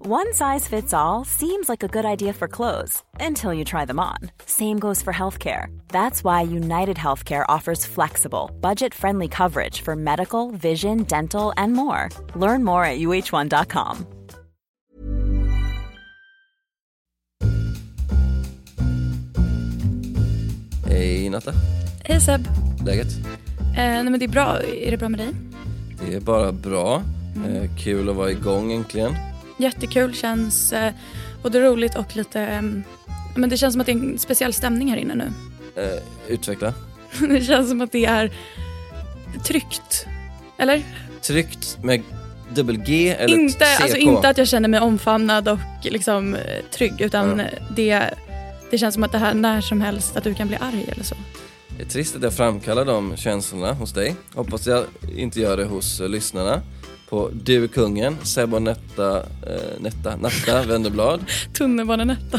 One size fits all seems like a good idea for clothes until you try them on. Same goes for healthcare. That's why United Healthcare offers flexible, budget-friendly coverage for medical, vision, dental, and more. Learn more at uh1.com. Hej Natta. Hej Seb. Läget? Nej men det är bra. Är det bra med dig? Det är bara bra. Kul att vara igång äntligen. Jättekul, känns både roligt och lite... men det känns som att det är en speciell stämning här inne nu. Utveckla. Det känns som att det är tryggt. Eller? Tryggt med dubbel-G eller inte, CK? alltså inte att jag känner mig omfamnad och liksom trygg, utan det känns som att det här när som helst att du kan bli arg eller så. Det är trist att jag framkallar de känslorna hos dig. Hoppas jag inte gör det hos lyssnarna. På Du är kungen, Seb och Natta Wennerblad. Tunnelbanenetta.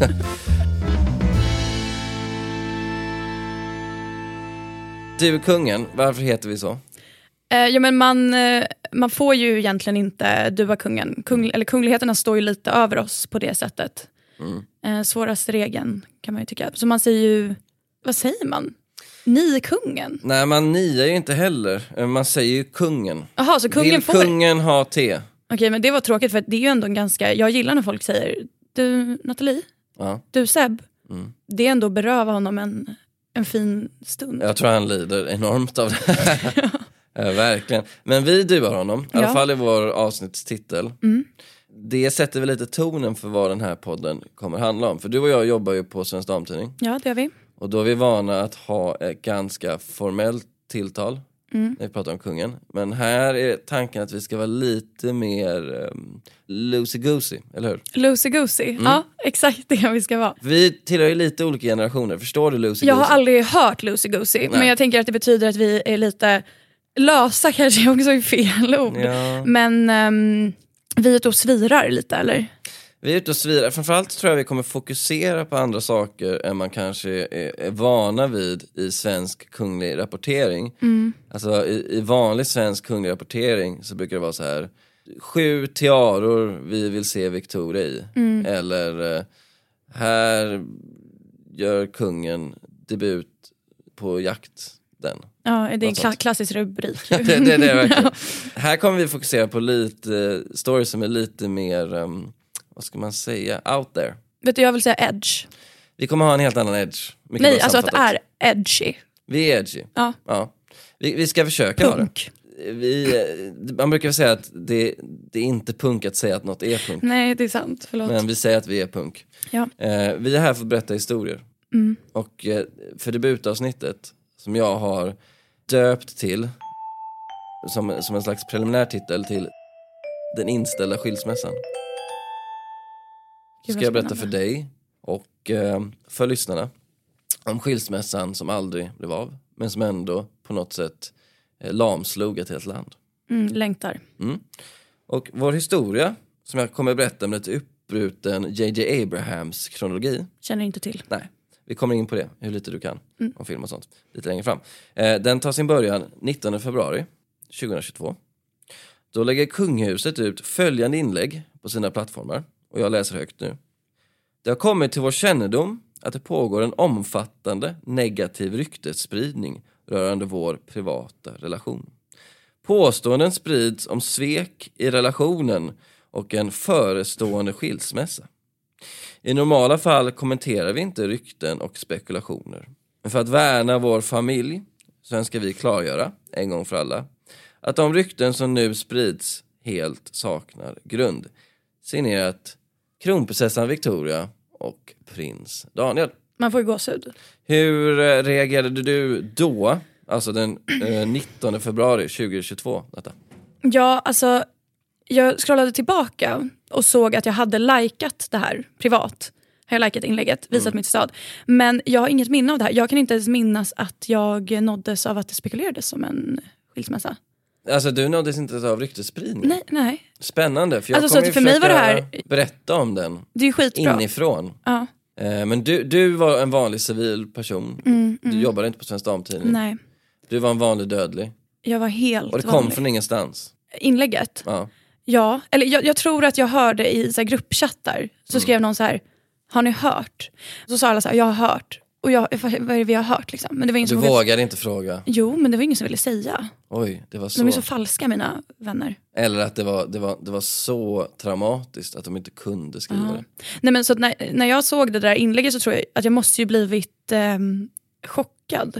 Du är kungen, varför heter vi så? Ja men man får ju egentligen inte dua kungen. Kungligheterna står ju lite över oss på det sättet. Svåraste regeln kan man ju tycka. Så man säger ju, vad säger man? Ni är kungen? Nej, man niar ju inte heller. Man säger ju kungen. Jaha, så kungen vill får... kungen ha te? Okej, men det var tråkigt för det är ju ändå en ganska... Jag gillar när folk säger, du Nathalie, du Seb. Det är ändå beröva honom en fin stund. Jag tror han lider enormt av det här. Verkligen. Men vi duvar honom, i alla fall i vår avsnittstitel. Det sätter väl lite tonen för vad den här podden kommer handla om. För du och jag jobbar ju på Svensk Damtidning. Ja, det gör vi. Och då är vi vana att ha ett ganska formellt tilltal när vi pratar om kungen. Men här är tanken att vi ska vara lite mer loosey-goosey, eller hur? Loosey-goosey, ja, exakt det vi ska vara. Vi tillhör ju lite olika generationer, förstår du loosey-goosey? Jag har aldrig hört loosey-goosey, men jag tänker att det betyder att vi är lite lösa, kanske också är fel ord. Ja. Men vi är ute och svirar lite, eller? Vi är ute och svirar. Framförallt tror jag vi kommer fokusera på andra saker än man kanske är vana vid i svensk kunglig rapportering. Alltså i vanlig svensk kunglig rapportering så brukar det vara så här: 7 tiaror vi vill se Victoria i. Eller här gör kungen debut på jakt den. Ja, det är en klassisk rubrik. det är det verkligen. Här kommer vi fokusera på lite stories som är lite mer... vad ska man säga? Out there. Vet du, jag vill säga edge. Vi kommer ha en helt annan edge. Mycket Nej, alltså att det är edgy. Vi är edgy. Ja. Vi ska försöka punk. Ha det. Man brukar säga att det är inte punk att säga att något är punk. Nej, det är sant. Förlåt. Men vi säger att vi är punk. Ja. Vi är här för att berätta historier. Och för debutavsnittet som jag har döpt till som en slags preliminär titel till Den inställda skilsmässan. Ska jag berätta för dig och för lyssnarna om skilsmässan som aldrig blev av, men som ändå på något sätt lamslog ett helt land. Längtar. Och vår historia, som jag kommer att berätta med lite uppbruten J.J. Abrahams kronologi. Känner inte till. Nej, vi kommer in på det, hur lite du kan om film och sånt, lite längre fram. Den tar sin början 19 februari 2022. Då lägger kungahuset ut följande inlägg på sina plattformar. Och jag läser högt nu. Det har kommit till vår kännedom att det pågår en omfattande negativ ryktesspridning rörande vår privata relation. Påståenden sprids om svek i relationen och en förestående skilsmässa. I normala fall kommenterar vi inte rykten och spekulationer. Men för att värna vår familj så önskar vi klargöra, en gång för alla, att de rykten som nu sprids helt saknar grund. Signerat kronprinsessan Victoria och prins Daniel. Man får ju gåshud. Hur reagerade du då, alltså den 19 februari 2022? Detta? Ja, alltså jag scrollade tillbaka och såg att jag hade likat det här privat. Har jag likat inlägget, visat mitt stad. Men jag har inget minne av det här. Jag kan inte ens minnas att jag nåddes av att det spekulerades som en skilsmässa. Alltså du nåddes inte av ryktesspridning? Nej. Spännande, för jag alltså, kommer ju för mig var det här... berätta om den. Det är skitbra. Inifrån. Ja. Men du var en vanlig civil person. Du jobbade inte på Svensk Damtidning. Nej. Du var en vanlig dödlig. Jag var helt Och det kom vanlig. från ingenstans. Inlägget? Ja. Ja, eller jag tror att jag hörde i så här, gruppchattar. Så skrev någon så här, har ni hört? Så sa alla så här, jag har hört. Och vad är det vi har hört liksom? Men det var ingen Du vågade inte fråga? Jo, men det var ingen som ville säga. Oj, det var så. De är så falska, mina vänner. Eller att det var så traumatiskt att de inte kunde skriva det. Nej, men så att när jag såg det där inlägget så tror jag att jag måste ju blivit chockad.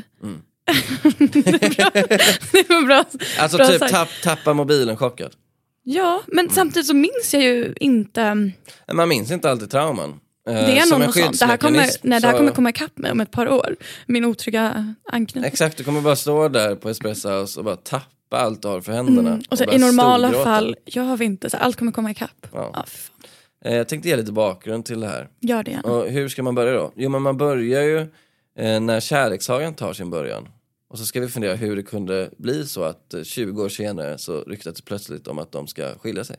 Det var bra. Alltså bra typ tappa mobilen chockad. Ja, men samtidigt så minns jag ju inte. Man minns inte alltid trauman. Det är något sånt. Det här kommer så... komma ikapp mig om ett par år. Min otrygga anknytning. Exakt, du kommer bara stå där på Espresso House och bara tappa allt du har för händerna. Och så i normala fall gör vi inte så. Allt kommer komma ikapp. Ja. Jag tänkte ge lite bakgrund till det här. Gör det gärna. Och hur ska man börja då? Jo, men man börjar ju när kärlekssagan tar sin början. Och så ska vi fundera hur det kunde bli så att 20 år senare så ryktades plötsligt om att de ska skilja sig.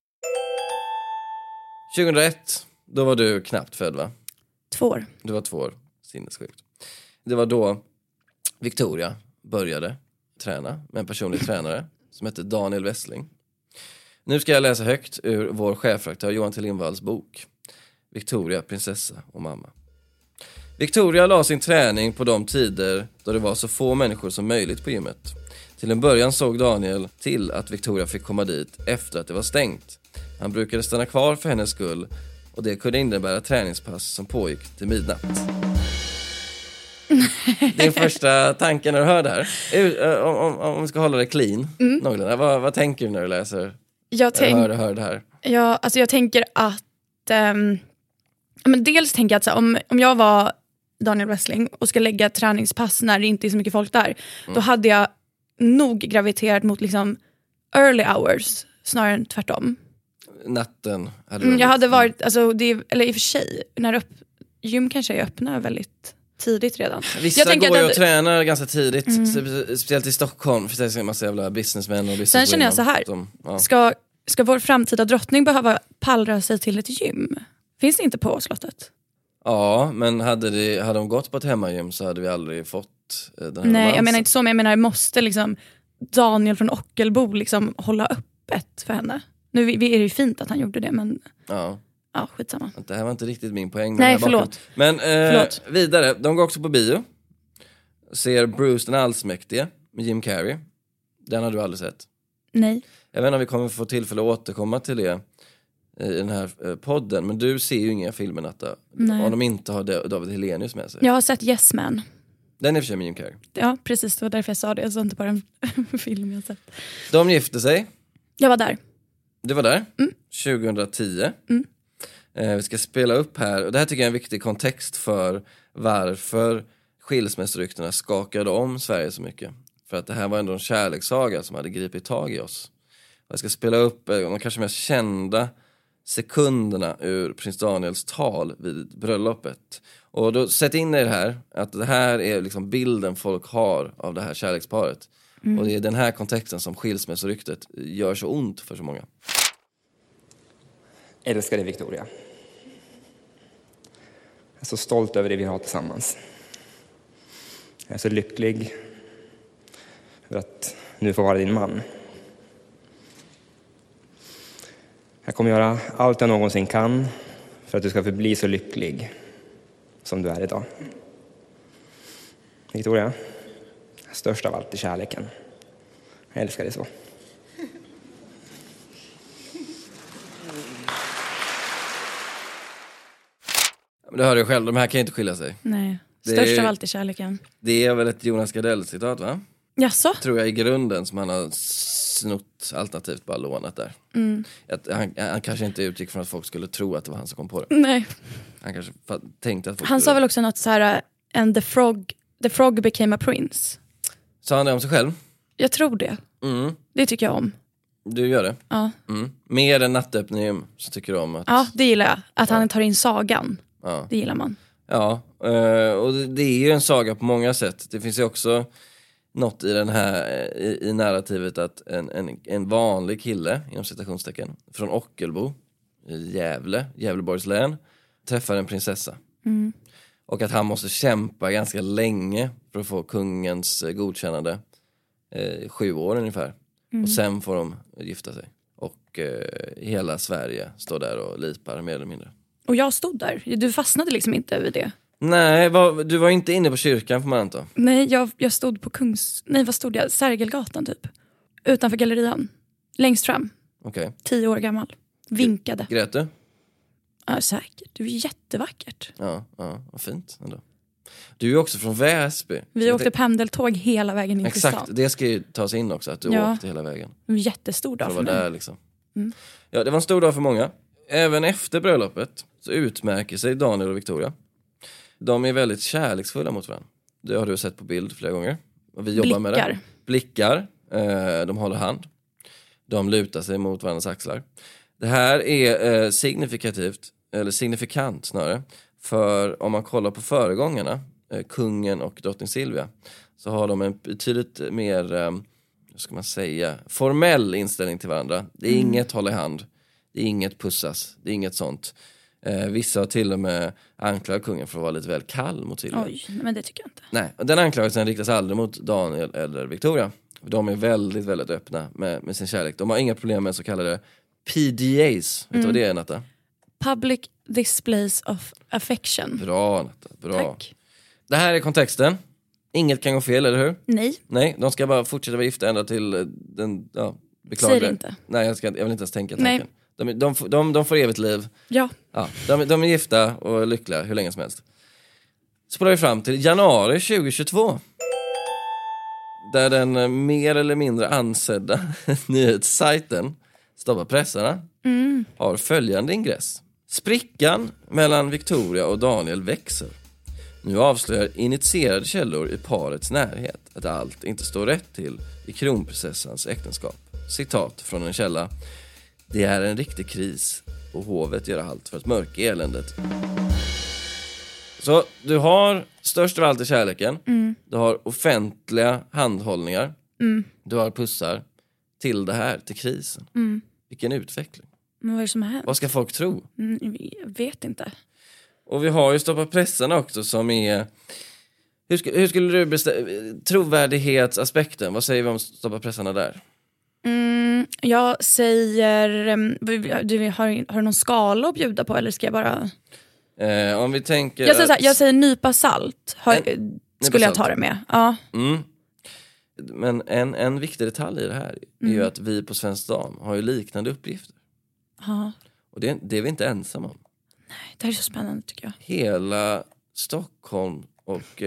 2001, då var du knappt född, va? 2 år. Du var 2 år, sinnessjukt. Det var då Victoria började träna med en personlig tränare som hette Daniel Wessling. Nu ska jag läsa högt ur vår chefredaktör Johan T. Lindvalls bok Victoria, prinsessa och mamma. Victoria la sin träning på de tider då det var så få människor som möjligt på gymmet. Till en början såg Daniel till att Victoria fick komma dit efter att det var stängt. Han brukade stanna kvar för hennes skull och det kunde innebära träningspass som pågick till midnatt. Din första tanke när du hör det här, om vi ska hålla det clean, vad tänker du när du läser? Hör det här? Ja, alltså jag tänker att men dels tänker jag att så, om jag var Daniel Wessling och ska lägga träningspass när det inte är så mycket folk där, då hade jag nog graviterat mot liksom early hours snarare än tvärtom. Natten hade jag hade varit, alltså eller i och för sig, gym kanske är öppna väldigt tidigt redan. Vissa går ju och tränar ganska tidigt, speciellt i Stockholm, för det är en massa jävla businessmän och business. Sen känner jag så här, ska vår framtida drottning behöva pallra sig till ett gym? Finns det inte på slottet? Ja, men hade de gått på ett hemmagym så hade vi aldrig fått den här Nej, romansen. jag menar inte så, men jag menar måste liksom Daniel från Ockelbo liksom hålla öppet för henne. Nu är det ju fint att han gjorde det, men ja, skitsamma. Det här var inte riktigt min poäng. Nej, förlåt. Men vidare, de går också på bio. Ser Bruce den allsmäktige med Jim Carrey. Den har du aldrig sett. Nej. Jag vet inte om vi kommer få tillfälle att återkomma till det i den här podden. Men du ser ju inga filmer, Natta. Om de inte har David Hellenius med sig. Jag har sett Yes Man. Den är för sig med Jim Carrey. Ja, precis. Det var därför jag sa det. Jag sa inte bara en film jag sett. De gifte sig. Jag var där. Du var där? 2010. Vi ska spela upp här. Och det här tycker jag är en viktig kontext för varför skilsmässoryktena skakade om Sverige så mycket. För att det här var ändå en kärlekssaga som hade gripit tag i oss. Och jag ska spela upp de kanske mest kända sekunderna ur prins Daniels tal vid bröllopet. Och då sätt in i det här att det här är liksom bilden folk har av det här kärleksparet. Och det är den här kontexten som skilsmässoryktet gör så ont för så många. Älskar dig, Victoria. Jag är så stolt över det vi har tillsammans. Jag är så lycklig över att nu få vara din man. Jag kommer göra allt jag någonsin kan för att du ska förbli så lycklig som du är idag. Victoria, störst av allt är kärleken. Jag älskar dig så. Du hör ju själv, de här kan ju inte skilja sig. Nej, störst av allt är kärleken. Det är väl ett Jonas Gardell-citat, va? Jaså? Tror jag i grunden som han har snott, alternativt bara lånat där. Han kanske inte utgick från att folk skulle tro att det var han som kom på det. Nej. Han kanske tänkte att folk Han sa väl också något så här, and the frog became a prince. Sa han det om sig själv? Jag tror det. Det tycker jag om. Du gör det? Ja. Mer än nattöppning så tycker du om att... Ja, det gillar jag. Att han tar in sagan. Ja. Det gillar man. Ja, och det är ju en saga på många sätt. Det finns ju också något i den här i narrativet att en vanlig kille, inom citationstecken, från Ockelbo i Gävleborgs län, träffar en prinsessa. Och att han måste kämpa ganska länge för att få kungens godkännande. 7 år ungefär. Och sen får de gifta sig. Och och hela Sverige står där och lipar mer eller mindre. Och jag stod där. Du fastnade liksom inte vid det. Nej, du var inte inne på kyrkan får man anta. Nej, jag stod på vad stod jag? Sergelgatan typ. Utanför gallerian. Längst fram. Okej. 10 år gammal. Vinkade. Grät du? Ja, säkert. Det var jättevackert. Ja, vad fint ändå. Du är också från Väsby. Vi åkte pendeltåg hela vägen in till stan. Exakt, det ska ju tas in också, att du åkte hela vägen. En jättestor dag för mig. Där, liksom. Ja, det var en stor dag för många. Även efter bröllopet så utmärker sig Daniel och Victoria. De är väldigt kärleksfulla mot varandra. Det har du sett på bild flera gånger. Och vi jobbar med det. Blickar. De håller hand. De lutar sig mot varandras axlar. Det här är signifikant snarare. För om man kollar på föregångarna, kungen och drottning Silvia, så har de en betydligt mer, hur ska man säga, formell inställning till varandra. Det är inget hålla i hand. Det är inget pussas. Det är inget sånt. Vissa har till och med anklagat kungen för att vara lite väl kall mot Silvia. Oj, men det tycker jag inte. Nej, den anklagelsen riktas aldrig mot Daniel eller Victoria. De är väldigt, väldigt öppna med sin kärlek. De har inga problem med så kallade PDAs. Vet du vad det är, Natta? Public displays of affection. Bra, Natta. Bra. Tack. Det här är kontexten. Inget kan gå fel, eller hur? Nej, de ska bara fortsätta vara gifta ända till den, beklagar. Säg det inte. Nej, jag vill inte ens tänka tanken. De får evigt liv. Ja. De är gifta och lyckliga hur länge som helst. Spolar vi fram till januari 2022. Där den mer eller mindre ansedda nyhetssajten Stoppa pressarna har följande ingress. Sprickan mellan Victoria och Daniel växer. Nu avslöjar initierade källor i parets närhet att allt inte står rätt till i kronprinsessans äktenskap. Citat från en källa. Det är en riktig kris och hovet gör allt för att mörka eländet. Så du har störst av allt i kärleken. Du har offentliga handhållningar. Du har pussar till det här, till krisen. Vilken utveckling. Men vad är det som har hänt? Vad ska folk tro? Jag vet inte. Och vi har ju Stoppa pressarna också som är... Hur skulle du trovärdighetsaspekten, vad säger vi om Stoppa pressarna där? Jag säger... Har du någon skala att bjuda på eller ska jag bara... Om vi tänker... Jag säger nypa salt. Skulle jag ta det med? Ja. Men en viktig detalj i det här är ju att vi på Svensk Dam har ju liknande uppgifter. Ja. Och det är vi inte ensamma om. Nej, det här är så spännande tycker jag. Hela Stockholm och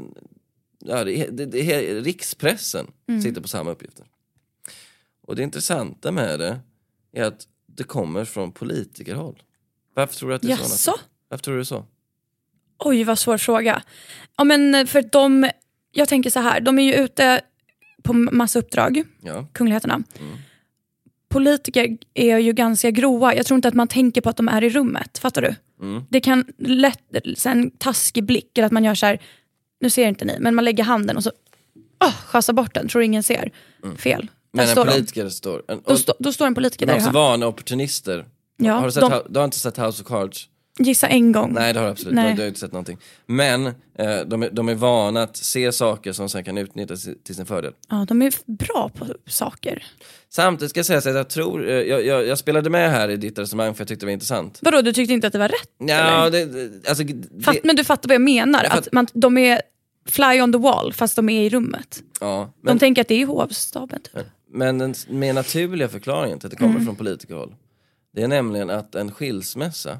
rikspressen sitter på samma uppgifter. Och det intressanta med det är att det kommer från politikerhåll. Varför tror du att det är så? Varför tror du det är så? Oj, vad svår fråga. Ja, men för jag tänker så här, de är ju ute på massa uppdrag, kungligheterna. Politiker är ju ganska grova. Jag tror inte att man tänker på att de är i rummet, fattar du? Det kan lätt, en taskig blick, eller att man gör så här, nu ser inte ni, men man lägger handen och så chassar bort den, tror ingen ser. Fel. Men en politiker står... Då står en politiker där. De är också vana opportunister. Ja, du har inte sett House of Cards? Gissa en gång. Nej, det har du absolut. Du har inte sett någonting. Men de är vana att se saker som sen kan utnyttjas till sin fördel. Ja, de är bra på saker. Samtidigt ska jag säga att jag tror... Jag spelade med här i ditt resonemang för jag tyckte det var intressant. Vadå, du tyckte inte att det var rätt? Ja, men du fattar vad jag menar. De är fly on the wall fast de är i rummet. Ja, de tänker att det är hovstaben typ. Men den mer naturliga förklaringen till att det kommer från politikerhåll, det är nämligen att en skilsmässa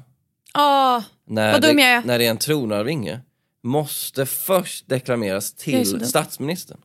när det är en tronarvinge måste först deklareras till statsministern.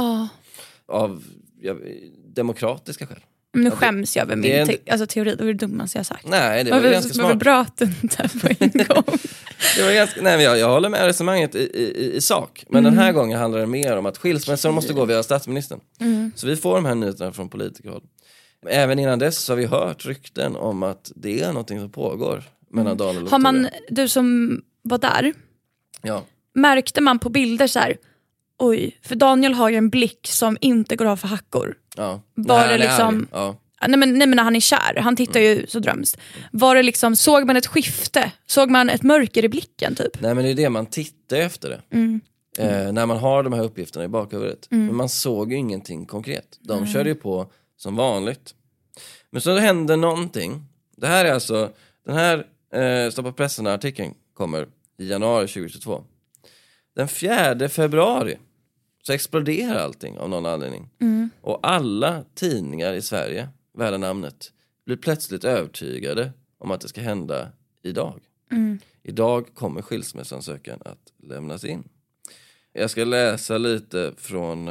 Av demokratiska skäl. Nu skäms jag över min teori. Det var det dummaste jag sagt. Nej, det var ganska smart. Varför bröt du inte på en gång? Det var ganska, nej, jag håller med resonemanget i sak. Men den här gången handlar det mer om att skilsmässor måste gå via statsministern. Så vi får de här nyheterna från politikerhåll. Även innan dess så har vi hört rykten om att det är någonting som pågår mellan Daniel och Victoria. Du som var där, märkte man på bilder så här, oj, för Daniel har ju en blick som inte går av för hackor. Ja. Var det liksom... Nej men när han är kär, han tittar ju så drömskt. Var det liksom, såg man ett skifte? Såg man ett mörker i blicken typ? Nej, men det är det man tittar efter det. När man har de här uppgifterna i bakhuvudet. Men man såg ju ingenting konkret. De körde ju på som vanligt. Men så händer någonting. Det här är alltså, den här Stoppa pressen-artikeln kommer i januari 2022. Den 4 februari så exploderar allting av någon anledning. Och alla tidningar i Sverige, värda namnet, blir plötsligt övertygade om att det ska hända idag. Idag kommer skilsmässoansökan att lämnas in. Jag ska läsa lite från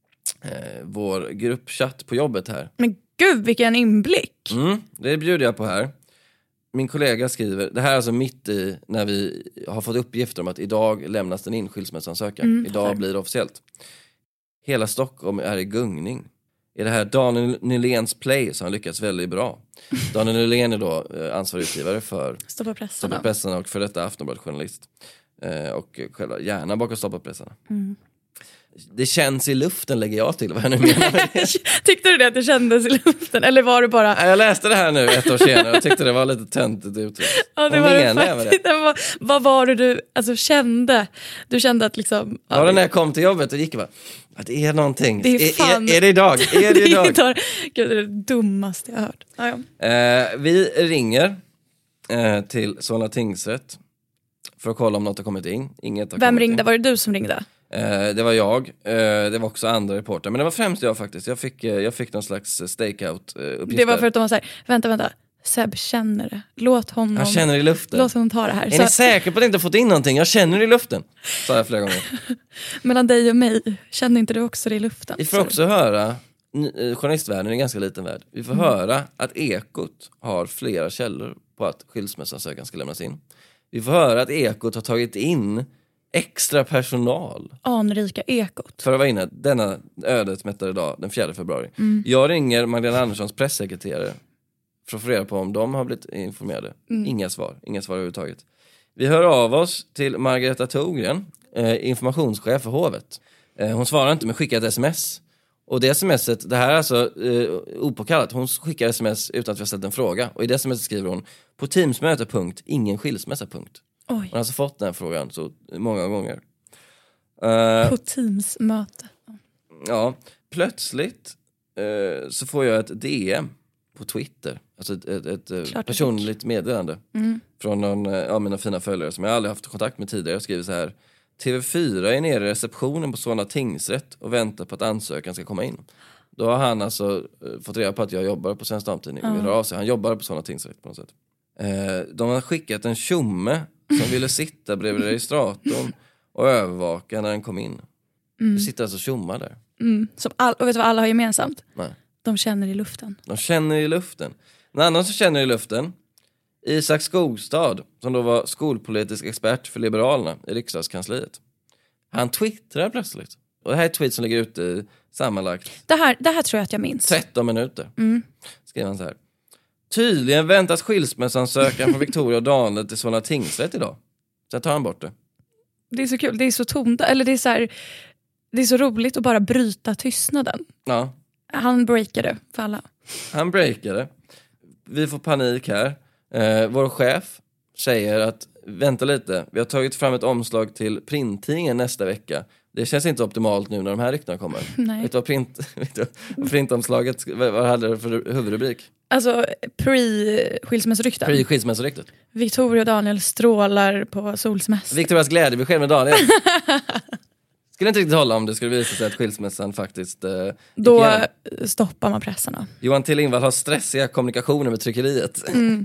vår gruppchatt på jobbet här. Men gud, vilken inblick! Det bjuder jag på här. Min kollega skriver, det här är alltså mitt i när vi har fått uppgifter om att idag lämnas den in skilsmässoansökan. Idag blir det officiellt. Hela Stockholm är i gungning. I det här Daniel Nyléns play så har han lyckats väldigt bra. Daniel Nylén är då ansvarig utgivare för Stoppa pressen och för detta Aftonbladet-journalist. Och själva hjärnan bakom Stoppa pressen. Det känns i luften, lägger jag till vad jag nu menar med det. Tyckte du det att det kändes i luften? Eller var det bara... Jag läste det här nu 1 år senare och tyckte det var lite töntigt uttryck. Ja, det var det. Vad var det du alltså, kände? Du kände att liksom... Ja, när jag kom till jobbet och gick bara, att det är någonting. Det är det idag? Är det idag? Gud, det är det dummaste jag hört. Ja. Vi ringer till Solna tingsrätt för att kolla om något har kommit in. Inget har Vem kommit ringde? in. Var det du som ringde? Det var jag. Det var också andra reporter. Men det var främst jag faktiskt. Jag fick någon slags stakeout-uppgift. Det var för att de var så här, vänta. Seb känner det. Låt honom... Han känner i luften. Låt honom ta det här. Är ni säkra på att inte fått in någonting? Jag känner det i luften. Sa jag flera gånger. Mellan dig och mig, känner inte du också det i luften? Vi får också höra, journalistvärlden är en ganska liten värld. Vi får höra att Ekot har flera källor på att skilsmässoansökan ska lämnas in. Vi får höra att Ekot har tagit in extra personal. Anrika Ekot. För att vara inne, denna ödet mättade dag, den 4 februari. Jag ringer Magdalena Anderssons pressekreterare för att få reda på om de har blivit informerade. Inga svar överhuvudtaget. Vi hör av oss till Margareta Thorgren, informationschef för hovet. Hon svarar inte men skickar ett sms. Och det smset, det här är alltså opåkallat. Hon skickar sms utan att vi har ställt en fråga. Och i det sms skriver hon på teamsmöte, ingen skilsmässa, Hon har alltså fått den här frågan så många gånger. På Teams-möte. Ja, plötsligt så får jag ett DM på Twitter. Alltså ett personligt meddelande från någon av mina fina följare som jag aldrig haft kontakt med tidigare. Jag skriver så här: TV4 är nere i receptionen på Solna tingsrätt och väntar på att ansökan ska komma in. Då har han alltså fått reda på att jag jobbar på Svensk Damtidning och vill höra av sig. Han jobbar på Solna tingsrätt på något sätt. De har skickat en tjomme som ville sitta bredvid registratorn och övervaka när den kom in. Det sitter alltså tjommar där. Och vet du vad alla har gemensamt? Nej. De känner i luften. De känner i luften. En annan som känner i luften, Isak Skogstad, som då var skolpolitisk expert för Liberalerna i riksdagskansliet. Han twittrar plötsligt. Och det här är ett tweet som ligger ute i sammanlagt Det här tror jag att jag minns. 13 minuter. Skriver han så här: tydligen väntas skilsmässoansökan från Victoria och Daniel till Solna tingsrätt idag. Sen tar han bort det. Det är så kul, det är så tomt. Eller det är så här, det är så roligt att bara bryta tystnaden. Ja. Han breakade för alla. Han breakade. Vi får panik här. Vår chef säger att vänta lite, vi har tagit fram ett omslag till printtidningen nästa vecka. Det känns inte optimalt nu när de här ryktena kommer. Nej. Vet du vad printomslaget, vad hade det för huvudrubrik? Alltså pre-skilsmässorykten. Pre-skilsmässoryktet. Victoria och Daniel strålar på solsemester. Victorias glädjebesked med Daniel. Skulle inte riktigt hålla om det skulle visa sig att skilsmässan faktiskt då stoppar man pressarna. Johan Tillingvall har stressiga kommunikationer med tryckeriet.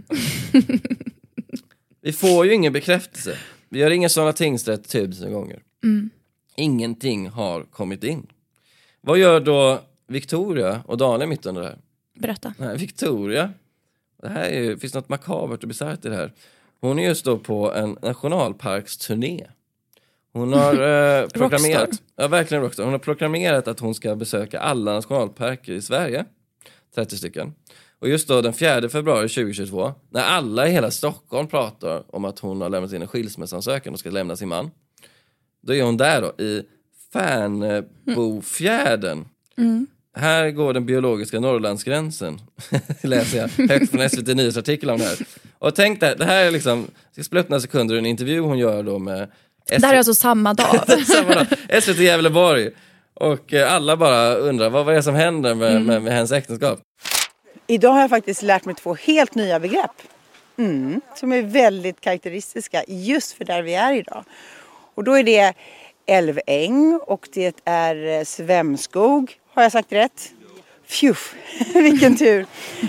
Vi får ju ingen bekräftelse. Vi har ingen sådana tingsrätt 1000 gånger. Ingenting har kommit in. Vad gör då Victoria och Daniel mitt under det här? Berätta. Nej, Victoria, det här är ju, finns något makabert och bisarrt i det här. Hon är just då på en nationalparksturné. Hon har proklamerat, ja verkligen rockstar. Hon har proklamerat att hon ska besöka alla nationalparker i Sverige, 30 stycken. Och just då den 4 februari 2022, när alla i hela Stockholm pratar om att hon har lämnat in en skilsmässoansökan och ska lämna sin man, då är hon där då i Färnebofjärden. Här går den biologiska Norrlandsgränsen. Läser jag högt från SVT Nyhetsartikel om det här. Och tänk det här är liksom, ska spela upp några sekunder en intervju hon gör då med det här är alltså samma dag. SVT Gävleborg. Och alla bara undrar vad är det som händer med hennes äktenskap. Idag har jag faktiskt lärt mig 2 helt nya begrepp. Som är väldigt karaktäristiska just för där vi är idag. Och då är det älväng och det är svämskog. Har jag sagt rätt? Phew, vilken tur.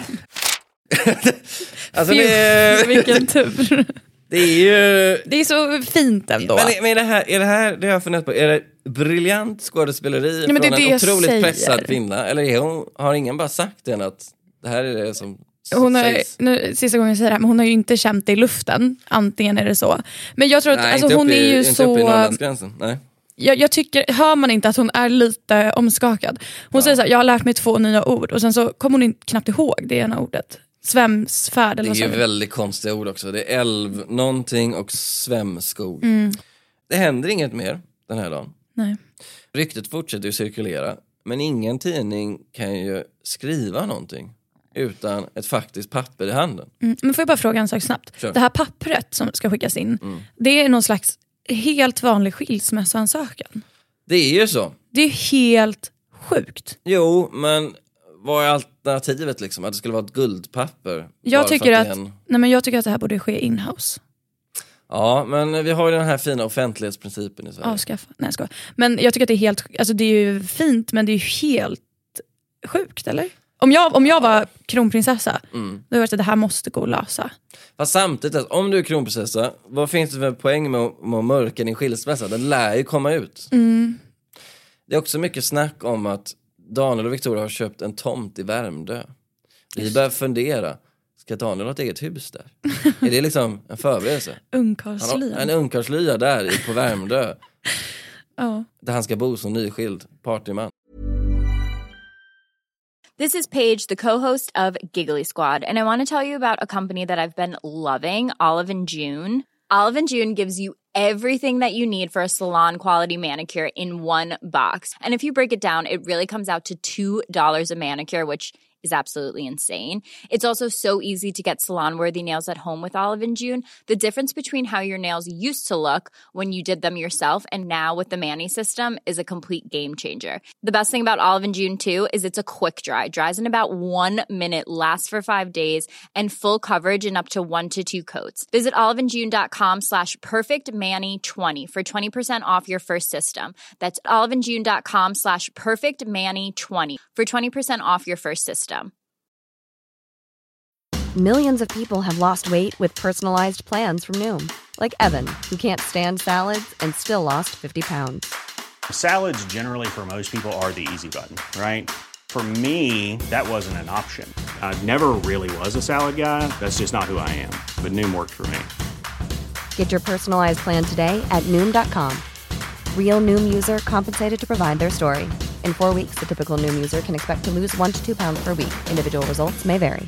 Alltså Vilken tur. det är ju... Det är så fint ändå. Men är det här det jag har funderat på? Är det briljant skådespeleri men det är från det en jag otroligt säger. pressad kvinna? Eller har ingen bara sagt än att det här är det som Hon har, sägs? nu, sista gången jag säger det här, men hon har ju inte känt det i luften. Antingen är det så. Men jag tror att Nej, alltså, inte hon är ju inte så... uppe i Norrlandsgränsen. Nej. Jag tycker, hör man inte att hon är lite omskakad? Hon säger så här, jag har lärt mig 2 nya ord. Och sen så kommer hon knappt ihåg det ena ordet. Svämsfärd eller Det är något ju väldigt konstiga ord också. Det är älv, någonting och svämskog. Det händer inget mer den här dagen. Nej. Ryktet fortsätter ju cirkulera. Men ingen tidning kan ju skriva någonting utan ett faktiskt papper i handen. Men får jag bara fråga en sak snabbt? Kör. Det här pappret som ska skickas in, det är någon slags helt vanlig skilsmässoansökan. Det är ju så. Det är helt sjukt. Jo, men vad är alternativet liksom? Att det skulle vara ett guldpapper? Jag tycker att att, det är en... jag tycker att det här borde ske in-house. Ja, men vi har ju den här fina offentlighetsprincipen i Sverige. Avskaffa. Nej, jag skojar. Men jag tycker att det är helt, alltså det är ju fint, men det är ju helt sjukt, eller? Om jag var kronprinsessa, då var det att det här måste gå att lösa. Fast samtidigt, alltså, om du är kronprinsessa, vad finns det för poäng med att mörka din skilsmässa? Den lär ju komma ut. Det är också mycket snack om att Daniel och Victoria har köpt en tomt i Värmdö. Vi börjar fundera, ska Daniel ha ett eget hus där? Är det liksom en förberedelse? Ungkarlslya. En ungkarlslya där på Värmdö. Ja. Där han ska bo som nyskild partyman. This is Paige, the co-host of Giggly Squad, and I want to tell you about a company that I've been loving, Olive & June. Olive & June gives you everything that you need for a salon-quality manicure in one box. And if you break it down, it really comes out to $2 a manicure, which is absolutely insane. It's also so easy to get salon-worthy nails at home with Olive & June. The difference between how your nails used to look when you did them yourself and now with the Mani system is a complete game changer. The best thing about Olive & June too is it's a quick dry. Dries in about 1 minute, lasts for 5 days, and full coverage in up to 1 to 2 coats. Visit oliveandjune.com/perfectmani20 for 20% off your first system. That's oliveandjune.com/perfectmani20 for 20% off your first system. Millions of people have lost weight with personalized plans from Noom. Like Evan, who can't stand salads and still lost 50 pounds. Salads generally for most people are the easy button, right? For me, that wasn't an option. I never really was a salad guy. That's just not who I am. But Noom worked for me. Get your personalized plan today at Noom.com. Real Noom user compensated to provide their story. In 4 weeks, the typical Noom user can expect to lose 1 to 2 pounds per week. Individual results may vary.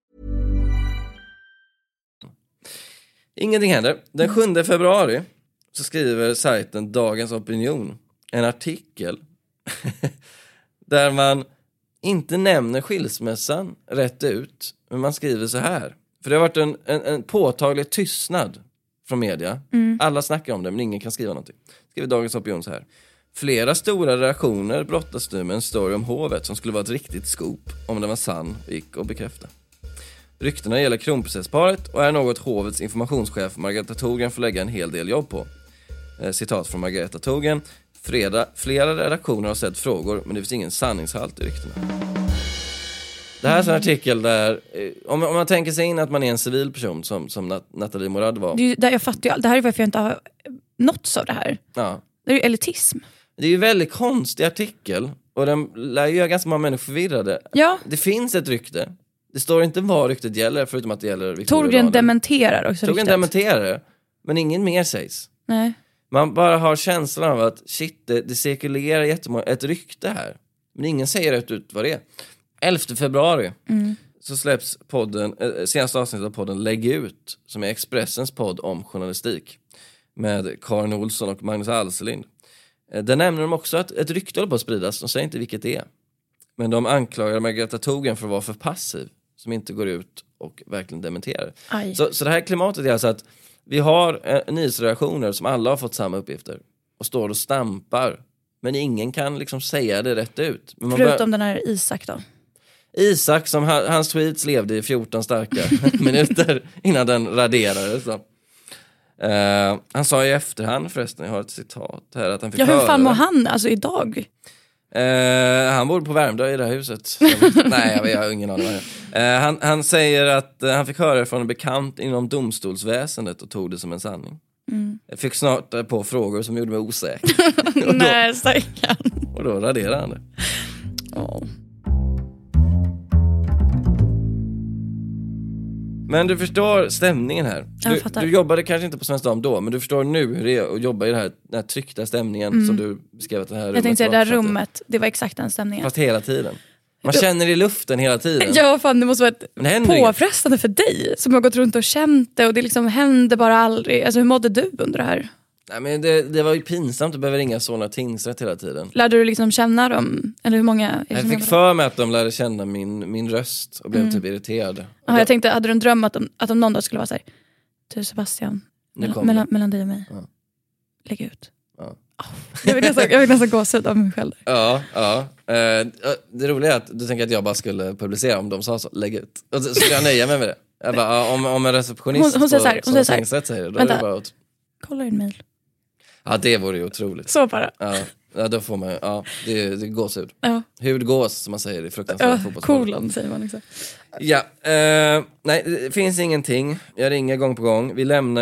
Ingenting händer. Den 7 februari så skriver sajten Dagens Opinion en artikel där man inte nämner skilsmässan rätt ut, men man skriver så här. För det har varit en påtaglig tystnad från media. Alla snackar om det, men ingen kan skriva någonting. Skriver Dagens Opinion så här. Flera stora reaktioner brottas nu med en story om hovet som skulle vara ett riktigt scoop om den var sann, gick och bekräfta. Ryktena gäller kronprinsessparet och är något hovets informationschef Margareta Thorgren får lägga en hel del jobb på. Citat från Margareta Thorgren. Flera redaktioner har sett frågor, men det finns ingen sanningshalt i ryktena. Det här är en artikel där, om man tänker sig in att man är en civil person som Nathalie Morad var. Det är ju där jag fattar ju, det här är varför jag inte har nåtts av det här. Ja. Det är ju elitism. Det är ju en väldigt konstig artikel och den lär ju göra ganska många människor förvirrade. Ja. Det finns ett rykte. Det står inte vad ryktet gäller, förutom att det gäller Victoria Thorgren Daniel. dementerar också Thorgren ryktet. dementerar det, men ingen mer sägs. Nej. Man bara har känslan av att shit, det cirkulerar jättemånga, ett rykte här. Men ingen säger rätt ut vad det är. 11 februari så släpps podden, senaste avsnittet av podden Lägg ut, som är Expressens podd om journalistik. Med Karin Olsson och Magnus Alselind. Där nämner de också att ett rykte håller på att spridas. De säger inte vilket det är. Men de anklagar Margareta Thorgren för att vara för passiv. Som inte går ut och verkligen dementerar. Så det här klimatet är alltså att vi har nyhetsredaktioner som alla har fått samma uppgifter. Och står och stampar. Men ingen kan liksom säga det rätt ut. Men förutom den här Isak då? Isak, som hans tweets levde i 14 starka minuter innan den raderades. Han sa i efterhand förresten, jag har ett citat här, att han fick höra. Hur fan mår han alltså idag? Han bor på Värmdö i det här huset. Nej, jag har ingen aning. Han säger att han fick höra från en bekant inom domstolsväsendet och tog det som en sanning. Jag fick snart på frågor som gjorde mig osäker. Nej, stackarn. Och då raderade han det. Oh. Men du förstår stämningen här. Du jobbade kanske inte på Svensk Dam då, men du förstår nu hur det är att jobba i den här tryckta stämningen som du beskrev att det här rummet. Jag tänkte säga, det här rummet, det var exakt den stämningen. Fast hela tiden. Man känner i luften hela tiden. Ja, fan, det måste vara påfrestande för dig som har gått runt och känt det och det liksom hände bara aldrig. Alltså hur mådde du under det här? Nej, men det var ju pinsamt att behöva ringa Solna tingsrätt hela tiden. Lärde du liksom känna dem? Eller hur många? Jag fick för mig att de lärde känna min röst och blev typ irriterade. Ja, jag tänkte, hade du en dröm att de någon dag skulle vara så här: du Sebastian, mellan dig och mig, lägg ut. Ja. Jag vill nästan gåshud av mig själv. Ja. Det roliga är att du tänker att jag bara skulle publicera om de sa så, lägg ut. Och så skulle jag nöja mig med det. Jag bara, om en receptionist hon säger så här, säger det, då är det bara åt. Kolla din mail. Ja, det vore ju otroligt. Så bara. Ja, då får man, det gåshud. Ja. Hudgås som man säger i fruktansvärda fotbollsmål. Kolon säger man också. Ja, nej, det finns ingenting. Jag ringer gång på gång.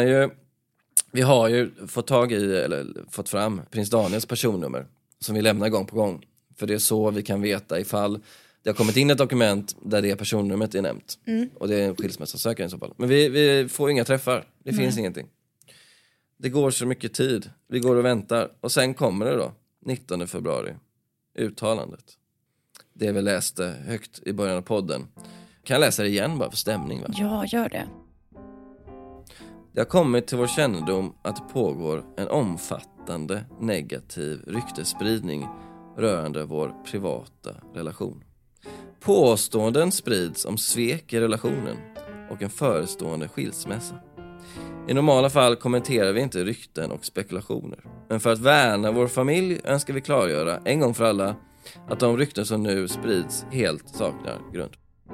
Vi har ju fått fram prins Daniels personnummer som vi lämnar gång på gång. För det är så vi kan veta ifall det har kommit in ett dokument där det personnumret är nämnt. Och det är en skilsmässosökare i så fall. Men vi får inga träffar. Det finns ingenting. Det går så mycket tid. Vi går och väntar. Och sen kommer det då, 19 februari. Uttalandet. Det vi läste högt i början av podden. Kan jag läsa det igen bara för stämning, va? Ja, gör det. Det har kommit till vår kännedom att det pågår en omfattande negativ ryktesspridning rörande vår privata relation. Påståenden sprids om svek i relationen och en förestående skilsmässa. I normala fall kommenterar vi inte rykten och spekulationer. Men för att värna vår familj önskar vi klargöra en gång för alla att de rykten som nu sprids helt saknar grund.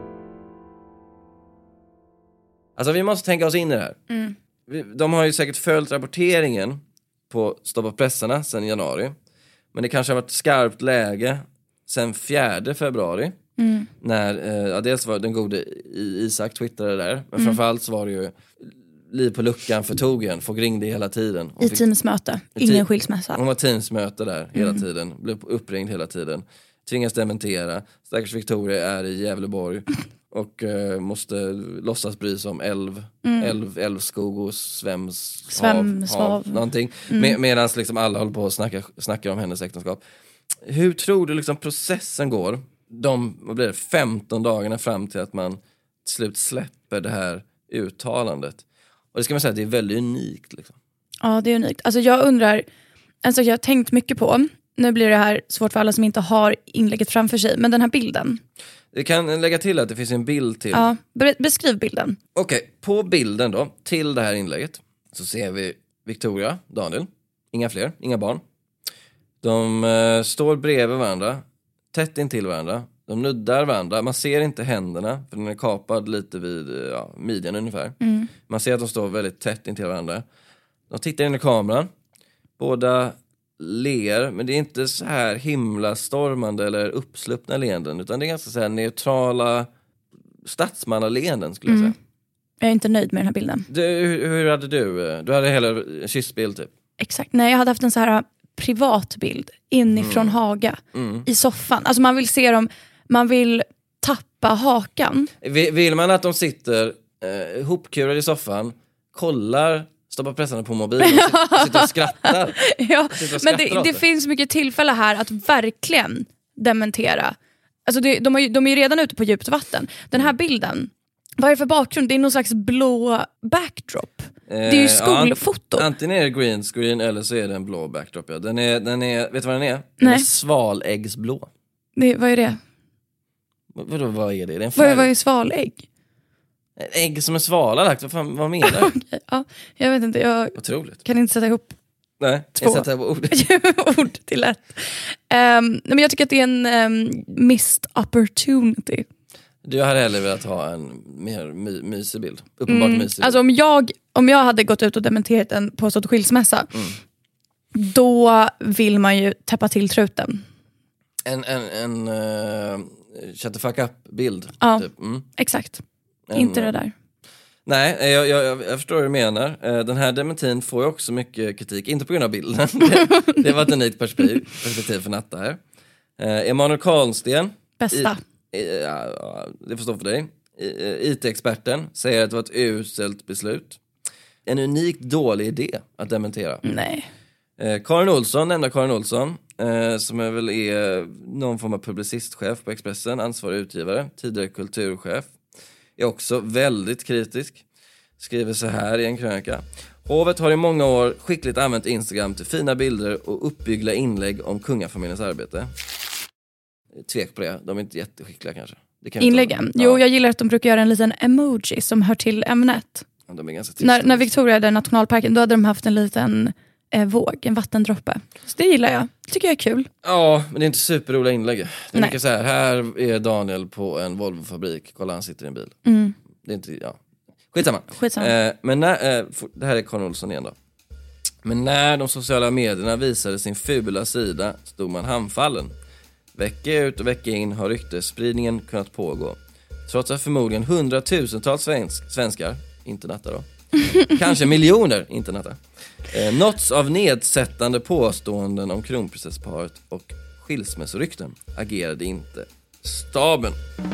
Alltså vi måste tänka oss in i det här. De har ju säkert följt rapporteringen på Stoppa pressarna sedan januari. Men det kanske har varit skarpt läge sedan 4 februari. När dels var den gode Isak twittrade där. Men framförallt så var det ju liv på luckan för Togen. Folk ringde hela tiden. I teamsmöte, ingen skilsmässa. Hon var teamsmöte där hela tiden. Blev uppringd hela tiden. Tvingas dementera. Stackars Victoria är i Gävleborg. Och måste låtsas bry sig om älvskog och svämshav någonting. Medan liksom alla håller på och snackar om hennes äktenskap. Hur tror du liksom processen går? Vad blir det, 15 dagarna fram till att man till slut släpper det här uttalandet. Och det ska man säga att det är väldigt unikt liksom. Ja, det är unikt. Alltså jag undrar, jag har tänkt mycket på, nu blir det här svårt för alla som inte har inlägget framför sig, men den här bilden. Det kan lägga till att det finns en bild till. Ja, beskriv bilden. Okej, på bilden då, till det här inlägget, så ser vi Victoria, Daniel, inga fler, inga barn. De står bredvid varandra, tätt intill varandra. De nuddar varandra, man ser inte händerna, för den är kapad lite vid midjan ungefär. Man ser att de står väldigt tätt intill varandra. De tittar in i kameran, båda ler, men det är inte så här himla stormande eller uppsluppna leenden, utan det är ganska så här neutrala statsmannaleenden skulle jag säga. Jag är inte nöjd med den här bilden. Hur hade du hade hela kyssbild typ? Exakt, nej jag hade haft en så här privat bild inifrån Haga i soffan. Alltså man vill se dem, man vill tappa hakan. Vill man att de sitter hopkurade i soffan, kollar Stoppa pressarna på mobilen och sitter och skrattar. Ja, men det finns mycket tillfälle här att verkligen dementera. Alltså de är ju redan ute på djupt vatten. Den här bilden, vad är det för bakgrund? Det är någon slags blå backdrop. Det är ju skolfoto. Antingen är det green screen eller så är det en blå backdrop. Ja. Den är, vet du vad den är? Den Nej. är svaläggsblå. Vad är det? Vad är det? Det är en färg. Vad är svalägg? Ägg som en svala lagt, vad menar du? Okay, ja, jag vet inte, jag otroligt. Kan inte sätta ihop två ord till ett. Men jag tycker att det är en missed opportunity. Du hade hellre velat ha en mer mysig bild. Uppenbart mysig bild. Alltså om jag hade gått ut och dementerat en påstådd skilsmässa, då vill man ju täppa till truten. En shut the fuck up-bild. Ja, typ. exakt. Inte det där. Nej, jag förstår vad du menar. Den här dementin får ju också mycket kritik. Inte på grund av bilden. Det var ett unikt perspektiv för Natta här. Emanuel Karlsten. Bästa. Det får stå för dig. IT-experten säger att det var ett uselt beslut. En unikt dålig idé att dementera. Nej. Karin Olsson, som är väl någon form av publicistchef på Expressen, ansvarig utgivare, tidigare kulturchef, är också väldigt kritisk. Skriver så här i en krönika. Hovet har i många år skickligt använt Instagram till fina bilder och uppbyggla inlägg om kungafamiljens arbete. Tvek på det, de är inte jätteskickliga kanske. Inläggen? Jo, jag gillar att de brukar göra en liten emoji som hör till ämnet. Ja, de är ganska när Victoria hade nationalparken, då hade de haft en liten våg, en vattendroppe. Så det gillar jag. Det tycker jag är kul. Ja, men det är inte superroliga inlägg. Det är mycket så här är Daniel på en Volvo-fabrik. Kolla, han sitter i en bil. Det är inte, Skitsamma. Men det här är Karin Olsson igen då. Men när de sociala medierna visade sin fula sida stod man handfallen. Vecka ut och vecka in har ryktesspridningen kunnat pågå. Trots att förmodligen hundratusentals svenskar, inte Natta då, kanske miljoner, inte Natta, nåtts av nedsättande påståenden om kronprinsessparet och skilsmässorykten, agerade inte staben.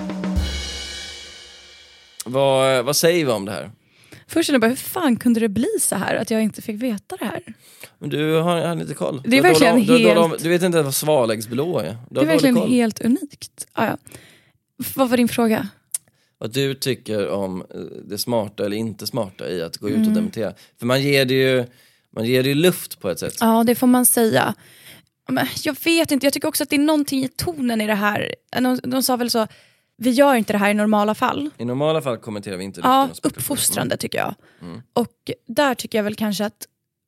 Vad säger vi om det här? Först är det bara, hur fan kunde det bli så här att jag inte fick veta det här? Men du har lite koll. Det är verkligen helt... Du vet inte vad svalläggsblå är. Det är verkligen helt unikt. Ja. Vad var din fråga? Vad du tycker om det smarta eller inte smarta i att gå ut och dementera. För man ger det ju luft på ett sätt. Ja, det får man säga. Men jag vet inte, jag tycker också att det är någonting i tonen i det här. De sa väl så, vi gör inte det här i normala fall. I normala fall kommenterar vi inte det. Ja, uppfostrande tycker jag. Och där tycker jag väl kanske att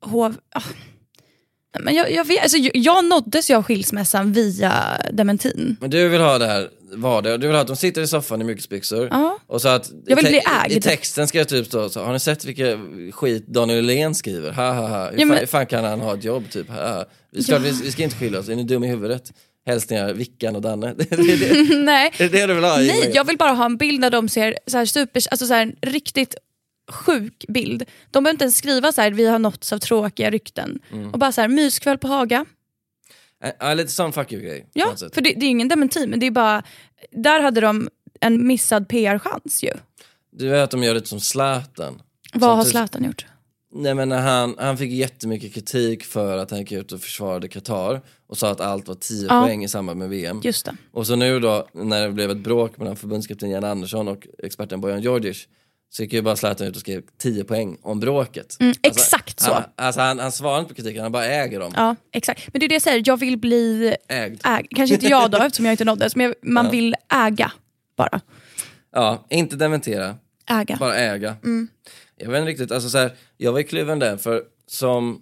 men jag vet, alltså, jag nåddes ju av skilsmässan via dementin. Men du vill ha det här du vill ha att de sitter i soffan i mjukisbyxor. Och så att jag vill bli ägd. I texten ska jag typ stå så, har ni sett vilka skit Daniel Lén skriver? Hur fan kan han ha ett jobb typ? Vi ska inte skilja oss, är ni dum i huvudet? Hälsningar Vickan och Danne. Nej. Det är det du vill ha. Nej, jag vill bara ha en bild där de ser så här alltså så här riktigt sjuk bild. De behöver inte ens skriva så här, vi har nåtts av tråkiga rykten. Och bara så här, myskväll på Haga. Lite sån fuck you-grej. Ja, för det är ingen dementi, men det är bara, där hade de en missad PR-chans ju. Du vet att de gör det som Zlatan. Vad har Zlatan gjort? Nej, men när han fick jättemycket kritik för att han gick ut och försvarade Qatar och sa att allt var 10 poäng i samband med VM. Just det. Och så nu då, när det blev ett bråk mellan förbundskapten Jan Andersson och experten Bojan Djordjic, så gick ju bara Zlatan ut och skrev 10 poäng om bråket. Exakt så. Han svarar inte på kritiken, han bara äger dem. Ja, exakt. Men det är det jag säger, jag vill bli ägd. Kanske inte jag då, eftersom jag inte nåddes, men man vill äga bara. Ja, inte dementera. Äga. Bara äga. Jag vet inte riktigt, alltså så här, jag var i kluven där, för som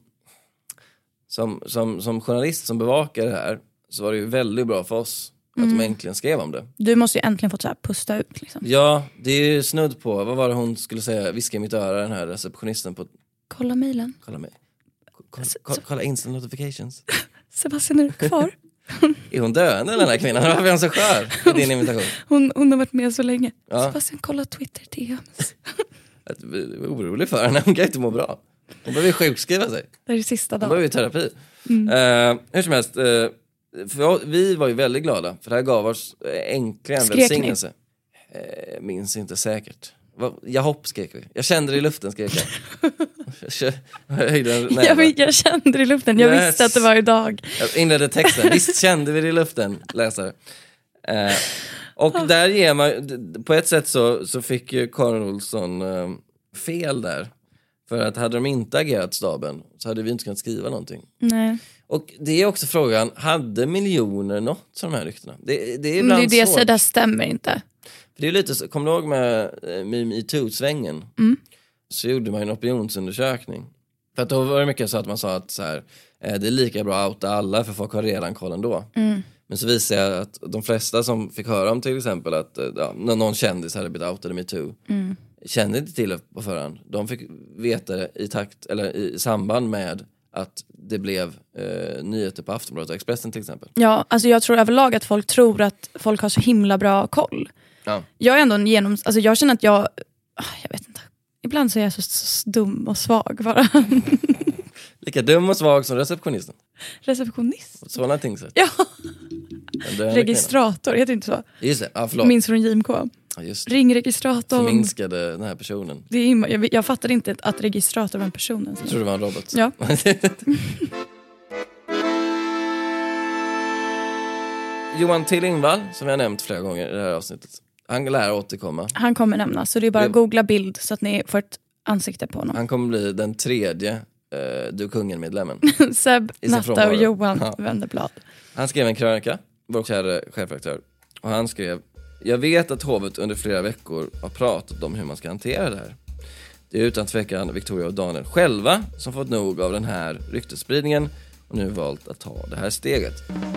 journalist som bevakar det här, så var det ju väldigt bra för oss att de äntligen skrev om det. Du måste ju äntligen fått så här pusta ut liksom. Ja, det är ju snudd på, vad var det hon skulle säga, viska i mitt öra, den här receptionisten på... Kolla mejlen. Kolla instant notifications. Sebastian, är du kvar? Är hon döende den här kvinnan? Varför är hon så skör i din invitation? Hon har varit med så länge. Ja. Sebastian, kolla Twitter DMs. Jag är orolig för henne, hon kan inte må bra. Hon behöver sjukskriva sig. Det är det sista dagen. Hon behöver terapi. Hur som helst, för vi var ju väldigt glada, för det här gav oss äntligen välsignelse. Minns inte säkert. Jag skrek vi. Jag kände det i luften, skrek jag. Jag kände det i luften. Jag visste att det var idag. Jag inledde texten. Visst kände vi det i luften, läsare. Och där ger man, på ett sätt så fick ju Karin Olsson fel där. För att hade de inte agerat staben, så hade vi inte kunnat skriva någonting. Nej. Och det är också frågan, hade miljoner nått de här ryktena? Det är ibland men det är det, svårt. så där stämmer inte. För det är lite så, kommer du ihåg med MeToo-svängen? Så gjorde man en opinionsundersökning. För att då var det mycket så att man sa att så här, det är lika bra att outa alla, för folk har redan koll ändå. Men Men så visar jag att de flesta som fick höra om till exempel att när någon kändis hade blivit outad i MeToo kände inte till det på förhand. De fick veta det i samband med att det blev nyheter på Aftonbladet och Expressen till exempel. Ja, alltså jag tror överlag att folk tror att folk har så himla bra koll. Ja. Jag är ändå alltså jag känner att jag vet inte. Ibland så är jag så dum och svag bara. Lika dum och svag som receptionisten. Receptionist? Sådana ting så. Ja. Registrator, heter inte så? Just det, förlåt. Minns från JMK. Ja, just det. Ringregistratorn. Förminskade den här personen. Jag fattade inte att registrator var en person. Jag tror det var en robot. Ja. Johan Till-Ingvall, som jag nämnt flera gånger i det här avsnittet. Han lär återkomma. Han kommer nämnas, så det är bara att googla bild så att ni får ett ansikte på honom. Han kommer bli den tredje Du Kungen-medlemmen. Seb, Natta och Johan Wennerblad. Han skrev en krönika, vår kära chefredaktör. Och han skrev: jag vet att hovet under flera veckor har pratat om hur man ska hantera det här. Det är utan tvekan Victoria och Daniel själva som fått nog av den här ryktesspridningen och nu valt att ta det här steget.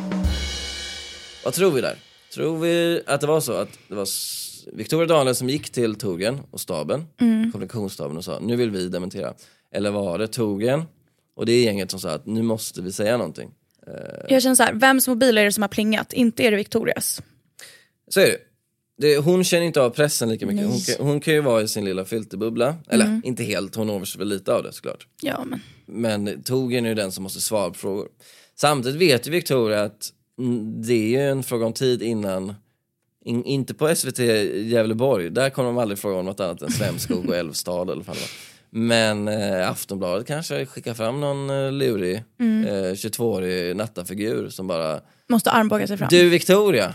Vad tror vi där? Tror vi att det var så att det var Victoria och Daniel som gick till Torbjörn och staben, kommunikationsstaben, och sa nu vill vi dementera? Eller var det Torbjörn och det är gänget som sa att nu måste vi säga någonting? Jag känner så här, vems mobil är det som har plingat? Inte är det Victorias. Så är det. Hon känner inte av pressen lika mycket. Hon kan ju vara i sin lilla filterbubbla. Eller inte helt, hon når väl lite av det såklart. Ja, men Torbjörn är ju den som måste svara på frågor. Samtidigt vet ju Victoria att det är ju en fråga om tid innan. Inte på SVT Gävleborg. Där kommer de aldrig fråga om något annat än Slemskog och Älvstad eller vad. Men Aftonbladet kanske skickar fram någon lurig 22-årig nattafigur som bara måste armbåga sig fram. Du Victoria.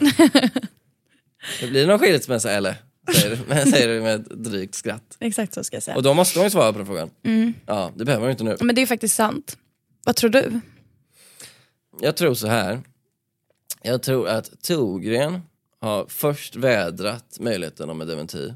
Det blir någon skilsmässa eller? Säger du med ett drygt skratt. Exakt så ska jag säga. Och då måste man ju svara på den frågan. Ja, det behöver man ju inte nu. Men det är faktiskt sant. Vad tror du? Jag tror så här. Jag tror att Torgren har först vädrat möjligheten om en dementi.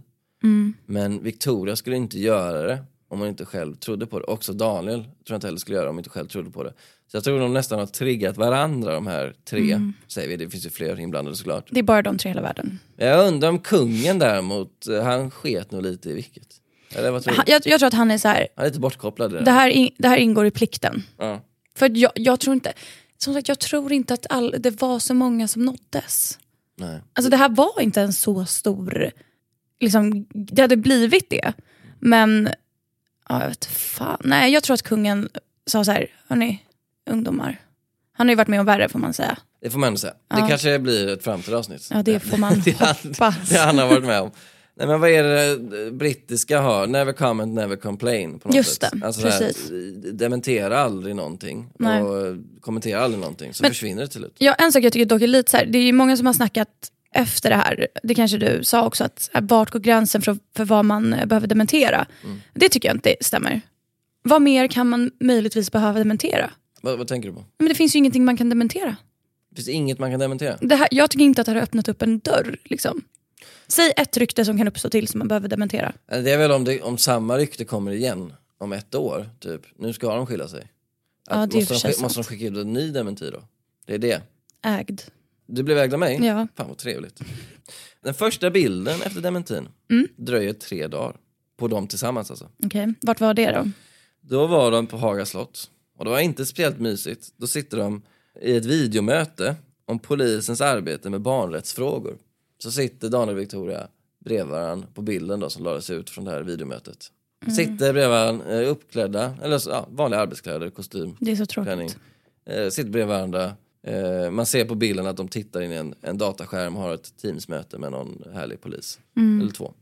Men Victoria skulle inte göra det om hon inte själv trodde på det. Också Daniel tror jag inte heller skulle göra om hon inte själv trodde på det. Så jag tror de nästan har triggat varandra, de här tre. Säger vi, det finns ju fler inblandade såklart. Det är bara de tre i hela världen. Jag undrar om kungen däremot, han sket nog lite i vilket. Eller vad tror du? Jag tror att han är så här. Han är lite bortkopplad i det. Det här ingår i plikten. Ja. För jag tror inte. Som sagt, jag tror inte att det var så många som nåddes. Nej. Alltså det här var inte en så stor. Liksom, det hade blivit det. Men ja, jag vet fan. Nej, jag tror att kungen sa så här: hörni, ungdomar. Han har ju varit med om värre, får man säga. Det får man säga. Ja. Det kanske blir ett framtida avsnitt. Ja, det får man hoppas. Det han har varit med om. Nej, men vad är det brittiska har? Never comment, never complain. På något just sätt. det, alltså precis. Dementera aldrig någonting. Nej. Och kommentera aldrig någonting. Så men, försvinner det till ut. Ja, en sak jag tycker dock är lite så här. Det är ju många som har snackat efter det här. Det kanske du sa också. Att vart går gränsen för vad man behöver dementera? Det tycker jag inte stämmer. Vad mer kan man möjligtvis behöva dementera? Vad tänker du på? Men det finns ju ingenting man kan dementera. Det finns inget man kan dementera? Jag tycker inte att det har öppnat upp en dörr. Liksom. Säg ett rykte som kan uppstå till som man behöver dementera. Det är väl om samma rykte kommer igen om 1 år. Typ. Nu ska de skilja sig. Ja, det måste de skicka ut en ny dementi då? Det är det. Ägd. Du blev ägd av mig? Ja. Fan vad trevligt. Den första bilden efter dementin dröjer 3 dagar. På dem tillsammans alltså. Okej. Vart var det då? Då var de på Haga slott. Och det var inte speciellt mysigt. Då sitter de i ett videomöte om polisens arbete med barnrättsfrågor. Så sitter Daniel och Victoria bredvid varandra på bilden då, som lades ut från det här videomötet. Sitter bredvid varandra uppklädda, eller vanliga arbetskläder, kostym. Det är så tråkigt. Klänning. Sitter bredvid varandra. Man ser på bilden att de tittar in i en dataskärm och har ett teamsmöte med någon härlig polis. Eller 2.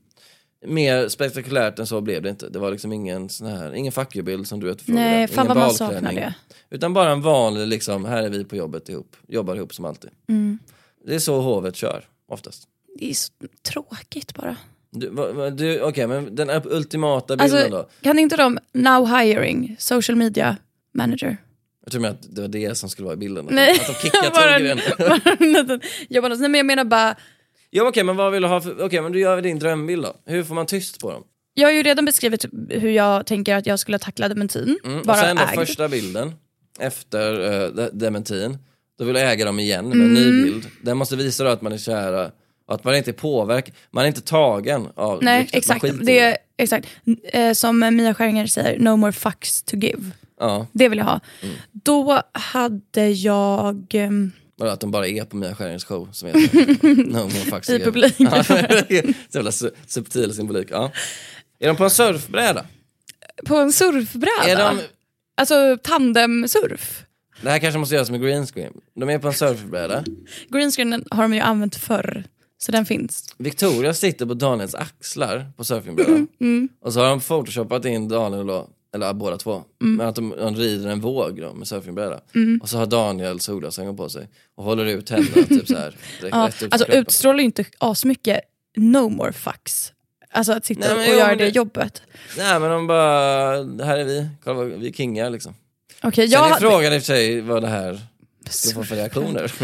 Mer spektakulärt än så blev det inte. Det var liksom ingen fackbild som du efterfrågade. Nej, fan ingen vad man saknar det. Utan bara en vanlig liksom, här är vi på jobbet ihop. Jobbar ihop som alltid. Det är så hovet kör, oftast. Det är så tråkigt bara. Okej, men den ultimata bilden alltså, då? Kan inte de now hiring social media manager? Jag tror att det var det som skulle vara i bilden. Nej. Att de kickar Torgren. Nej, men jag menar bara. Ja, okej, men vad vill du ha för... Okej, men du gör din drömbild då. Hur får man tyst på dem? Jag har ju redan beskrivit hur jag tänker att jag skulle tackla dementin. Och sen då första bilden efter dementin. Då vill du äga dem igen med en ny bild. Den måste visa då att man är kära. Och att man inte är påverkad. Man är inte tagen av... Nej, exakt. Det är exakt. Som Mia Skäringer säger, no more fucks to give. Ja. Det vill jag ha. Då hade jag... Att de bara är på Mia Skäringers show som heter No more fucks to I give. publik. Så jävla subtil symbolik. Ja. Är de på en surfbräda? På en surfbräda? Är de... Alltså tandemsurf? Det här kanske måste göras med green screen. De är på en surfbräda. Green screen har de ju använt förr. Så den finns. Victoria sitter på Daniels axlar på surfingbrädan. Och så har de photoshopat in Daniel då, eller båda två. Men att de rider en våg då, med surfingbräda. Och så har Daniel solglasögon på sig. Och håller ut händerna typ så här. Alltså utstrålar ju inte asmycket no more fucks. Alltså att sitta och göra det jobbet. Nej men de bara, här är vi. Kolla, vi är kingar liksom. Okay, sen är frågan i och för sig vad det här ska få för reaktioner.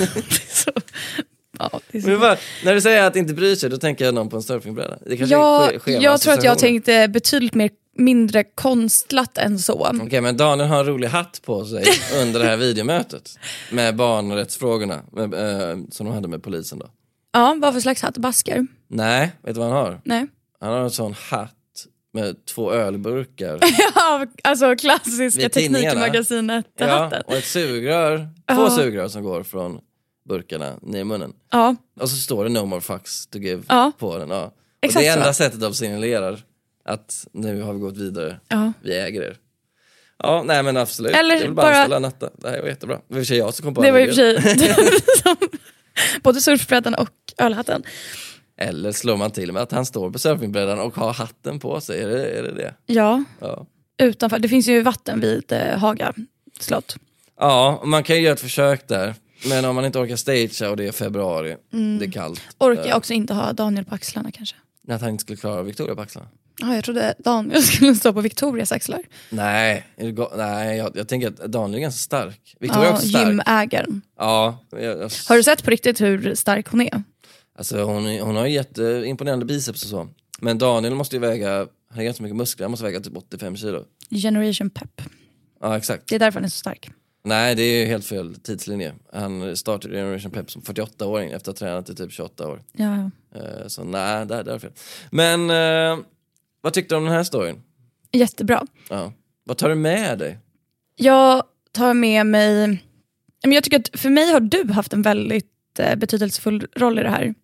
Ja, men bara, när du säger att inte bryr sig, då tänker jag någon på en surfingbräda. Det kanske jag tror att jag tänkte betydligt mindre konstlat än så. Okej, men Daniel har en rolig hatt på sig under det här videomötet med barnrättsfrågorna som de hade med polisen då. Ja, vad för slags hatt? Basker? Nej, vet du vad han har? Nej. Han har en sån hatt med 2 ölburkar. Ja, alltså klassiska Teknikmagasinet hatten. Och ett sugrör, 2 sugrör som går från burkarna ner i munnen. Ja. Och så står det no more fucks to give på den. Ja. Och exakt det är enda sättet de signalerar att nu har vi gått vidare. Ja. Vi äger er. Ja, nej men absolut. Eller jag vill bara ställa natta. Det här var jättebra. Det var i och för sig jag som kom på det. Var i och för sig både surfbrädan och ölhatten. Eller slår man till med att han står på surfingbrädan och har hatten på sig? Är det? Ja. Utanför. Det finns ju vatten vid Haga slott. Ja, man kan ju göra ett försök där. Men om man inte orkar stagea och det är februari, det är kallt. Orkar jag också inte ha Daniel på axlarna kanske? Att han inte skulle klara Victoria på axlarna? Ja, jag trodde Daniel skulle stå på Victorias axlar. Nej, jag tänker att Daniel är ganska stark. Victoria är också stark. Gymägaren. Ja. Har du sett på riktigt hur stark hon är? Alltså hon har jätteimponerande biceps och så. Men Daniel måste ju väga, han har ganska mycket muskler, han måste väga typ 85 kilo. Generation Pep. Ja, exakt. Det är därför han är så stark. Nej, det är ju helt fel tidslinje. Han startade Generation Pep som 48-åring efter att ha tränat i typ 28 år. Ja. Så nej, det är fel. Men vad tyckte du om den här storyn? Jättebra. Ja. Vad tar du med dig? Jag tar med mig... Jag tycker att för mig har du haft en väldigt betydelsefull roll i det här.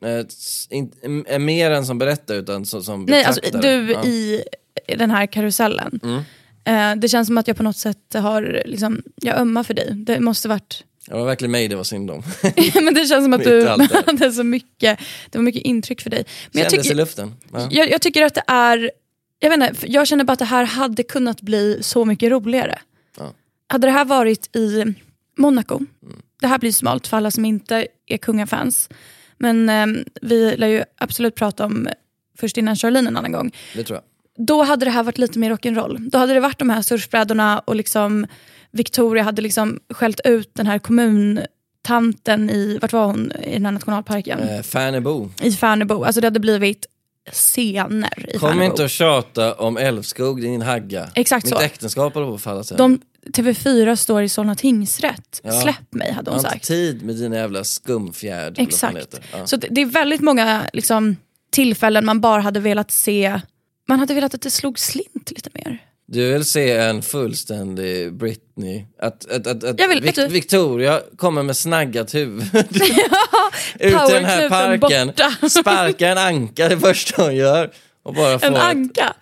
Mer än som berättar utan som nej, alltså du i den här karusellen. Det känns som att jag på något sätt har liksom, jag ömmar för dig. Det måste varit... Det var verkligen mig det var synd om. Men det känns som att du hade så mycket, det var mycket intryck för dig. Men kändes i luften. Ja. Jag tycker att det är, jag vet inte, jag känner bara att det här hade kunnat bli så mycket roligare. Ja. Hade det här varit i Monaco, det här blir smalt för alla som inte är kungafans. Men vi lär ju absolut prata om först innan Charlene en annan gång. Det tror jag. Då hade det här varit lite mer rock'n'roll. Då hade det varit de här surfbrädorna och liksom Victoria hade liksom skällt ut den här kommuntanten i, vart var hon i den här nationalparken? Färnebo. I Färnebo. Alltså det hade blivit scener i Färnebo. Kom inte att tjata om Älvskog, din hagga. Exakt så. Mitt äktenskap håller på att falla sen. TV4 står i Solna tingsrätt. Ja. Släpp mig, hade hon sagt. Jag har inte tid med dina jävla skumfjärd. Exakt. Ja. Så det är väldigt många liksom, tillfällen man bara hade velat se. Man hade velat att det slog slint lite mer. Du vill se en fullständig Britney. Att Victoria kommer med snaggat huvud. Ut i den här parken. Sparkar en anka det första hon gör. Och bara får en anka?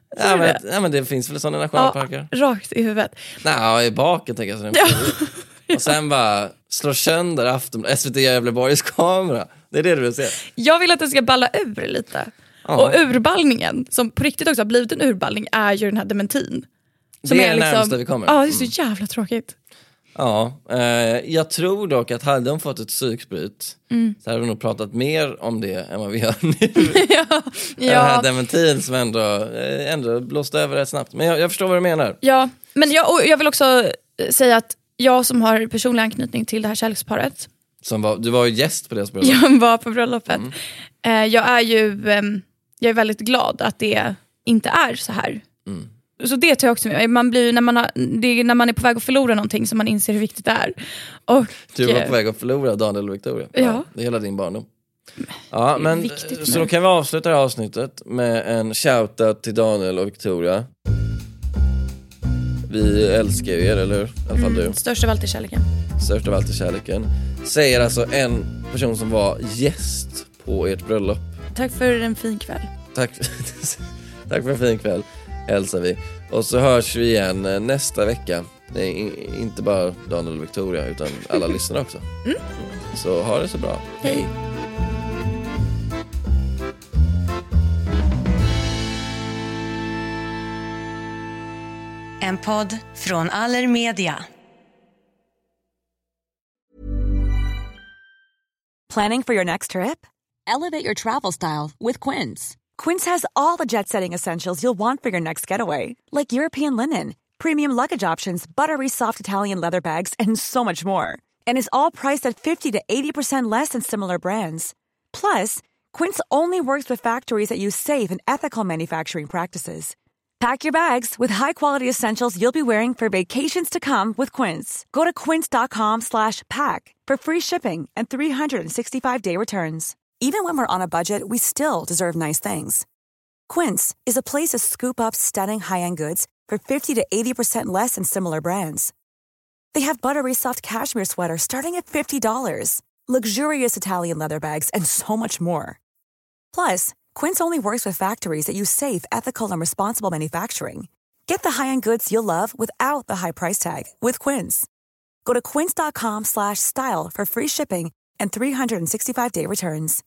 Ja, men det finns väl sådana nationalparker. Ja, rakt i huvudet. Nej, i baken tänker jag. Ja. Och sen bara slår sönder SVT Gävleborgs kamera. Det är det du vill se. Jag vill att det ska balla ur lite. Ja. Och urballningen, som på riktigt också har blivit en urballning, är ju den här dementin. Som det är liksom, närmsta vi kommer. Ja, det är så jävla tråkigt. Ja, jag tror dock att hade de fått ett psykbryt så hade de nog pratat mer om det än vad vi gör nu. Ja. Den här dementin som ändå blåste över rätt snabbt. Men jag förstår vad du menar. Ja, men jag vill också säga att jag som har personlig anknytning till det här kärleksparet. Du var ju gäst på deras bröllop. Jag var på bröllopet. Jag är väldigt glad att det inte är så här. Så det tar jag också med. Man blir, när man är på väg att förlora någonting som man inser hur viktigt det är. Och, du var på väg att förlora Daniel och Victoria. Ja. Det är hela din barndom. Ja, men så då kan vi avsluta det här avsnittet med en shoutout till Daniel och Victoria. Vi älskar ju er, eller hur? I alla fall du. Störst av allt är kärleken. Störst av allt är kärleken. Säger alltså en person som var gäst på ert bröllop. Tack för en fin kväll. Tack för en fin kväll, hälsar vi. Och så hörs vi igen nästa vecka. Det är inte bara Daniel och Victoria, utan alla lyssnare också. Så ha det så bra. Hej. En podd från Allermedia. Planning for your next trip? Elevate your travel style with Quince. Quince has all the jet-setting essentials you'll want for your next getaway, like European linen, premium luggage options, buttery soft Italian leather bags, and so much more. And is all priced at 50 to 80% less than similar brands. Plus, Quince only works with factories that use safe and ethical manufacturing practices. Pack your bags with high-quality essentials you'll be wearing for vacations to come with Quince. Go to quince.com/pack for free shipping and 365-day returns. Even when we're on a budget, we still deserve nice things. Quince is a place to scoop up stunning high-end goods for 50 to 80% less than similar brands. They have buttery soft cashmere sweaters starting at $50, luxurious Italian leather bags, and so much more. Plus, Quince only works with factories that use safe, ethical, and responsible manufacturing. Get the high-end goods you'll love without the high price tag with Quince. Go to quince.com/style for free shipping and 365-day returns.